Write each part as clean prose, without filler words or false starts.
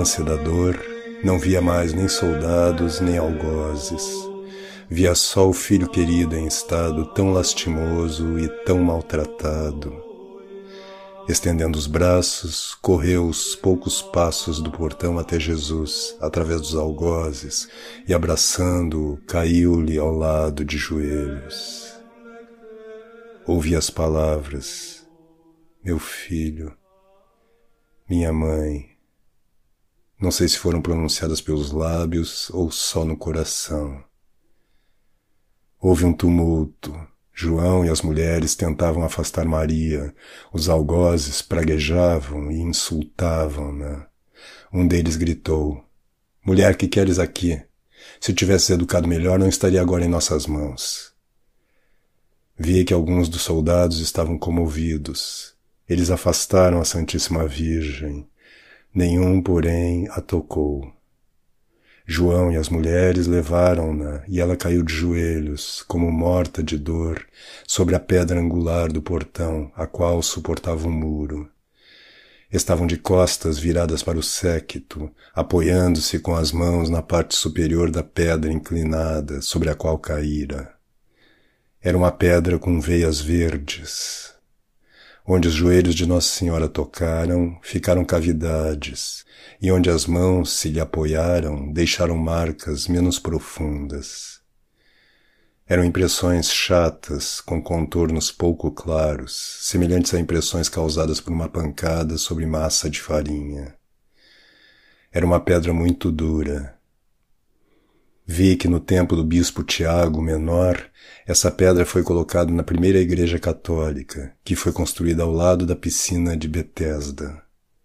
distância da dor, não via mais nem soldados, nem algozes. Via só o filho querido em estado tão lastimoso e tão maltratado. Estendendo os braços, correu os poucos passos do portão até Jesus, através dos algozes, e abraçando-o, caiu-lhe ao lado de joelhos. Ouvi as palavras: meu filho, minha mãe. Não sei se foram pronunciadas pelos lábios ou só no coração. Houve um tumulto. João e as mulheres tentavam afastar Maria. Os algozes praguejavam e insultavam-na. Um deles gritou: mulher, que queres aqui? Se tivesses educado melhor, não estaria agora em nossas mãos. Vi que alguns dos soldados estavam comovidos. Eles afastaram a Santíssima Virgem. Nenhum, porém, a tocou. João e as mulheres levaram-na e ela caiu de joelhos, como morta de dor, sobre a pedra angular do portão, a qual suportava um muro. Estavam de costas viradas para o séquito, apoiando-se com as mãos na parte superior da pedra inclinada, sobre a qual caíra. Era uma pedra com veias verdes. Onde os joelhos de Nossa Senhora tocaram, ficaram cavidades, e onde as mãos se lhe apoiaram, deixaram marcas menos profundas. Eram impressões chatas, com contornos pouco claros, semelhantes a impressões causadas por uma pancada sobre massa de farinha. Era uma pedra muito dura. Vi que no tempo do bispo Tiago Menor, essa pedra foi colocada na primeira igreja católica, que foi construída ao lado da piscina de Betesda.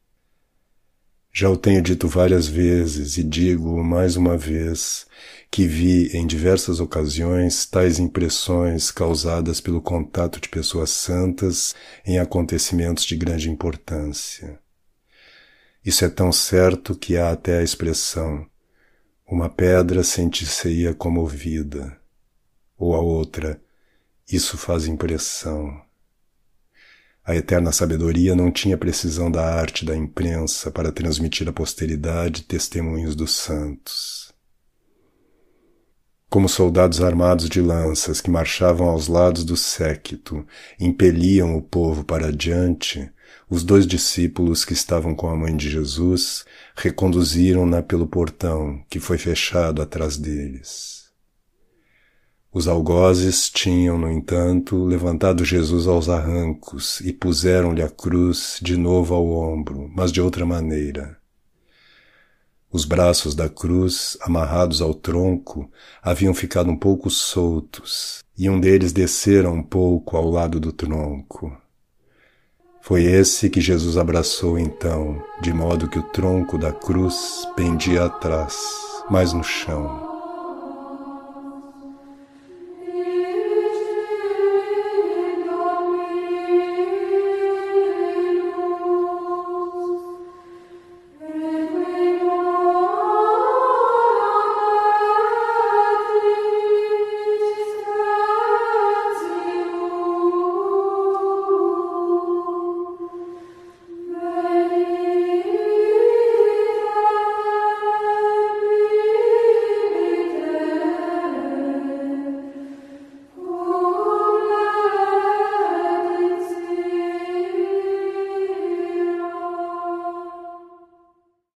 Já o tenho dito várias vezes e digo mais uma vez que vi em diversas ocasiões tais impressões causadas pelo contato de pessoas santas em acontecimentos de grande importância. Isso é tão certo que há até a expressão: uma pedra sentir-se-ia comovida, ou a outra: isso faz impressão. A eterna sabedoria não tinha precisão da arte da imprensa para transmitir à posteridade testemunhos dos santos. Como soldados armados de lanças que marchavam aos lados do séquito, impeliam o povo para adiante, os 2 discípulos que estavam com a mãe de Jesus reconduziram-na pelo portão, que foi fechado atrás deles. Os algozes tinham, no entanto, levantado Jesus aos arrancos e puseram-lhe a cruz de novo ao ombro, mas de outra maneira. Os braços da cruz, amarrados ao tronco, haviam ficado um pouco soltos, e um deles descera um pouco ao lado do tronco. Foi esse que Jesus abraçou então, de modo que o tronco da cruz pendia atrás, mas no chão.